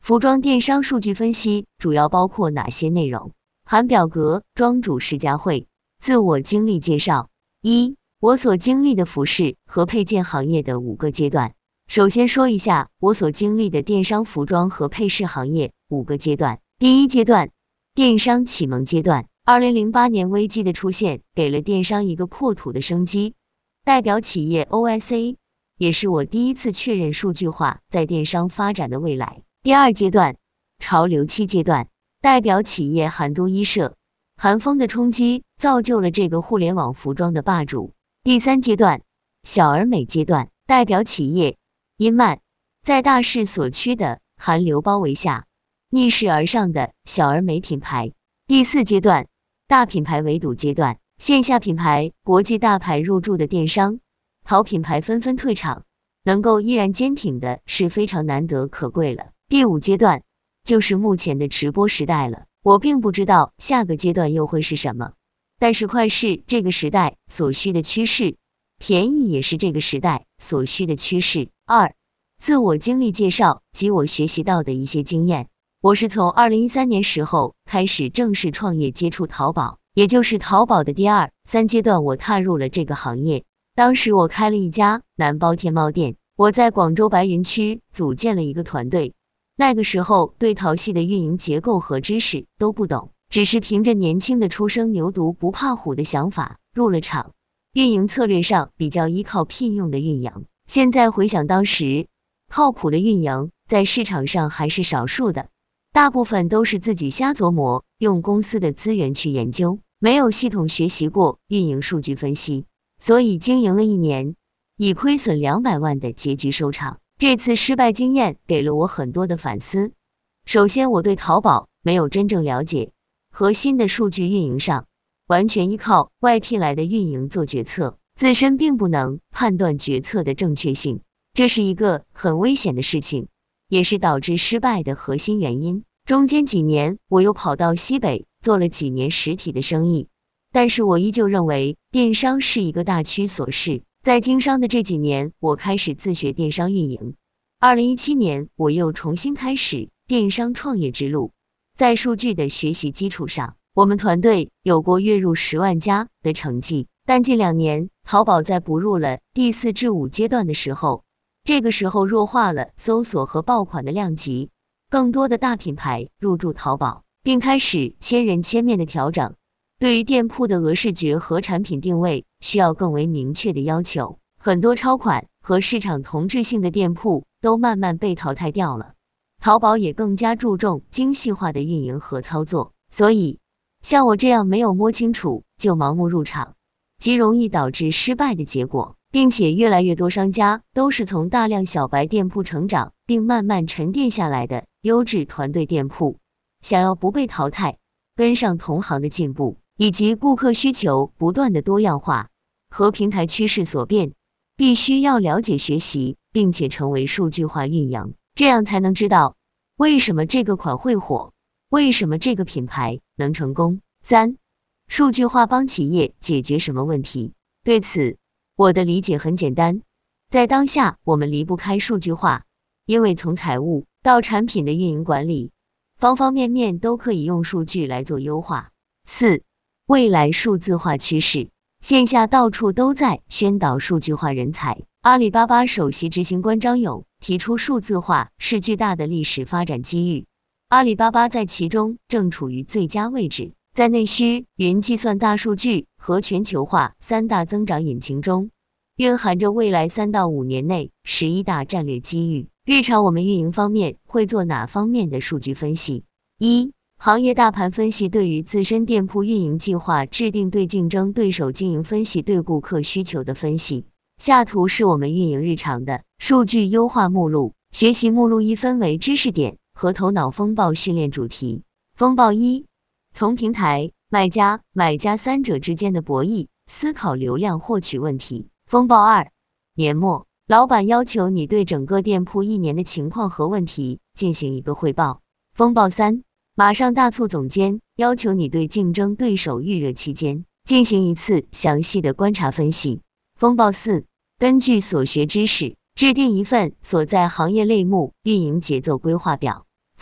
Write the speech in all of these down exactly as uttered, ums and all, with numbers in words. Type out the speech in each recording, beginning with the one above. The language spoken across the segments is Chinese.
服装电商数据分析主要包括哪些内容？含表格、庄主试驾会、自我经历介绍。一、我所经历的服饰和配件行业的五个阶段。首先说一下我所经历的电商服装和配饰行业五个阶段。第一阶段，电商启蒙阶段。二零零八年危机的出现，给了电商一个破土的生机。代表企业 O S A， 也是我第一次确认数据化在电商发展的未来。第二阶段，潮流期阶段。代表企业韩都衣舍，韩风的冲击造就了这个互联网服装的霸主。第三阶段，小而美阶段。代表企业因曼，在大势所趋的韩流包围下，逆势而上的小而美品牌。第四阶段，大品牌围堵阶段。线下品牌、国际大牌入驻的电商，淘品牌纷纷退场，能够依然坚挺的是非常难得可贵了。第五阶段，就是目前的直播时代了。我并不知道下个阶段又会是什么，但是快是这个时代所需的趋势，便宜也是这个时代所需的趋势。二、自我经历介绍及我学习到的一些经验。我是从二零一三年时候开始正式创业接触淘宝，也就是淘宝的第二、三阶段我踏入了这个行业。当时我开了一家南包天猫店，我在广州白云区组建了一个团队。那个时候对淘系的运营结构和知识都不懂，只是凭着年轻的初生牛犊不怕虎的想法入了场。运营策略上比较依靠聘用的运营，现在回想当时，靠谱的运营在市场上还是少数的，大部分都是自己瞎琢磨，用公司的资源去研究，没有系统学习过运营数据分析，所以经营了一年，以亏损两百万的结局收场。这次失败经验给了我很多的反思。首先，我对淘宝没有真正了解，核心的数据运营上，完全依靠外聘来的运营做决策，自身并不能判断决策的正确性，这是一个很危险的事情，也是导致失败的核心原因。中间几年，我又跑到西北做了几年实体的生意，但是我依旧认为电商是一个大趋所势。在经商的这几年，我开始自学电商运营。二零一七年，我又重新开始电商创业之路。在数据的学习基础上，我们团队有过月入十万加的成绩。但近两年，淘宝在步入了第四至五阶段的时候，这个时候弱化了搜索和爆款的量级，更多的大品牌入驻淘宝，并开始千人千面的调整。对于店铺的额视觉和产品定位需要更为明确的要求，很多超款和市场同质性的店铺都慢慢被淘汰掉了。淘宝也更加注重精细化的运营和操作，所以像我这样没有摸清楚就盲目入场，极容易导致失败的结果，并且越来越多商家都是从大量小白店铺成长并慢慢沉淀下来的优质团队店铺，想要不被淘汰，跟上同行的进步，以及顾客需求不断的多样化和平台趋势所变，必须要了解学习，并且成为数据化运营，这样才能知道为什么这个款会火，为什么这个品牌能成功。三、数据化帮企业解决什么问题？对此，我的理解很简单，在当下我们离不开数据化，因为从财务到产品的运营管理，方方面面都可以用数据来做优化。四、未来数字化趋势，线下到处都在宣导数据化人才。阿里巴巴首席执行官张勇提出，数字化是巨大的历史发展机遇，阿里巴巴在其中正处于最佳位置。在内需、云计算、大数据和全球化三大增长引擎中，蕴含着未来三到五年内十一大战略机遇。日常我们运营方面会做哪方面的数据分析？一、行业大盘分析，对于自身店铺运营计划制定，对竞争对手经营分析，对顾客需求的分析。下图是我们运营日常的数据优化目录。学习目录一分为知识点和头脑风暴训练主题。风暴一，从平台、卖家、买家三者之间的博弈，思考流量获取问题。风暴二，年末，老板要求你对整个店铺一年的情况和问题进行一个汇报。风暴三，马上大促总监要求你对竞争对手预热期间进行一次详细的观察分析。风暴四，根据所学知识制定一份所在行业类目运营节奏规划表。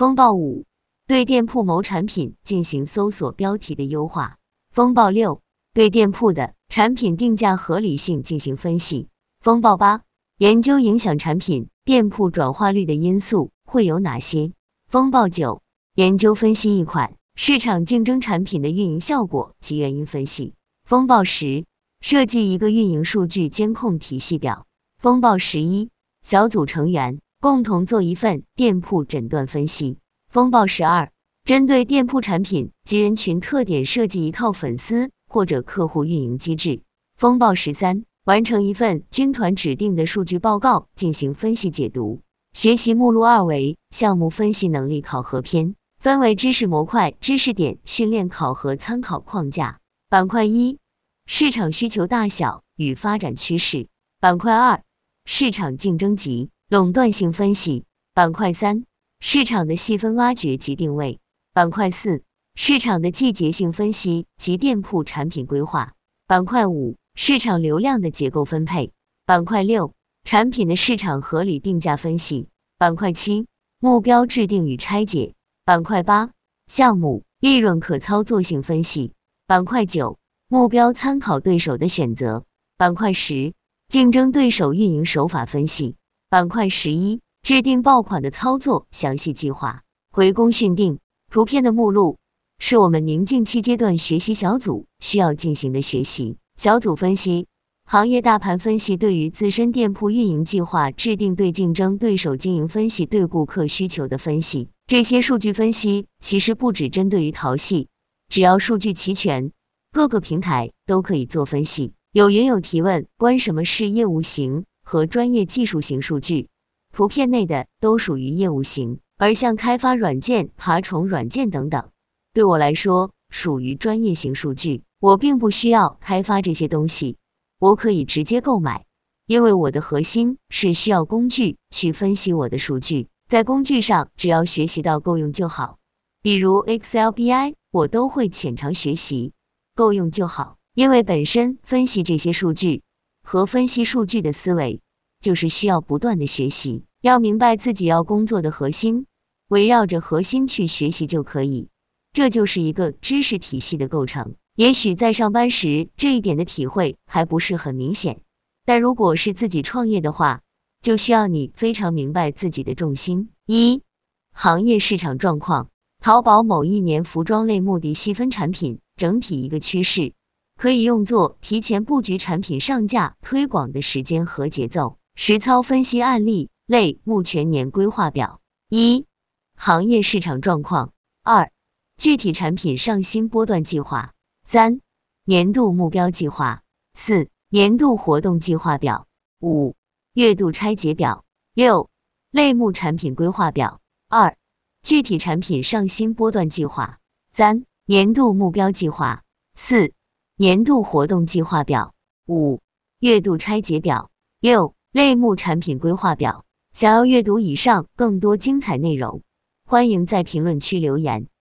风暴五，对店铺某产品进行搜索标题的优化。风暴六，对店铺的产品定价合理性进行分析。风暴八，研究影响产品店铺转化率的因素会有哪些。风暴九，研究分析一款市场竞争产品的运营效果及原因分析。风暴十，设计一个运营数据监控体系表。风暴十一，小组成员共同做一份店铺诊断分析。风暴十二，针对店铺产品及人群特点设计一套粉丝或者客户运营机制。风暴十三，完成一份军团指定的数据报告进行分析解读。学习目录二为项目分析能力考核篇，分为知识模块、知识点、训练考核参考框架。板块一，市场需求大小与发展趋势。板块二，市场竞争及垄断性分析。板块三，市场的细分挖掘及定位。板块四，市场的季节性分析及店铺产品规划。板块五，市场流量的结构分配。板块六，产品的市场合理定价分析。板块七，目标制定与拆解。板块八，项目利润可操作性分析。板块九，目标参考对手的选择。板块十，竞争对手运营手法分析。板块十一，制定爆款的操作详细计划。回工训定，图片的目录是我们宁静期阶段学习小组需要进行的学习。小组分析，行业大盘分析，对于自身店铺运营计划制定，对竞争对手经营分析，对顾客需求的分析。这些数据分析其实不只针对于淘系，只要数据齐全，各个平台都可以做分析。有云友提问，关什么是业务型和专业技术型数据？图片内的都属于业务型，而像开发软件、爬虫软件等等，对我来说属于专业型数据。我并不需要开发这些东西，我可以直接购买，因为我的核心是需要工具去分析我的数据，在工具上只要学习到够用就好。比如 Excel B I 我都会浅尝学习，够用就好。因为本身分析这些数据和分析数据的思维就是需要不断的学习，要明白自己要工作的核心，围绕着核心去学习就可以，这就是一个知识体系的构成。也许在上班时这一点的体会还不是很明显，但如果是自己创业的话，就需要你非常明白自己的重心。一、行业市场状况。淘宝某一年服装类目的细分产品整体一个趋势，可以用作提前布局产品上架推广的时间和节奏。实操分析案例类目全年规划表。一、行业市场状况。二、具体产品上新波段计划。三、年度目标计划。四、年度活动计划表。五、月度拆解表。六、类目产品规划表。二、具体产品上新波段计划。三、年度目标计划。四、年度活动计划表。五、月度拆解表。六、类目产品规划表。想要阅读以上更多精彩内容，欢迎在评论区留言。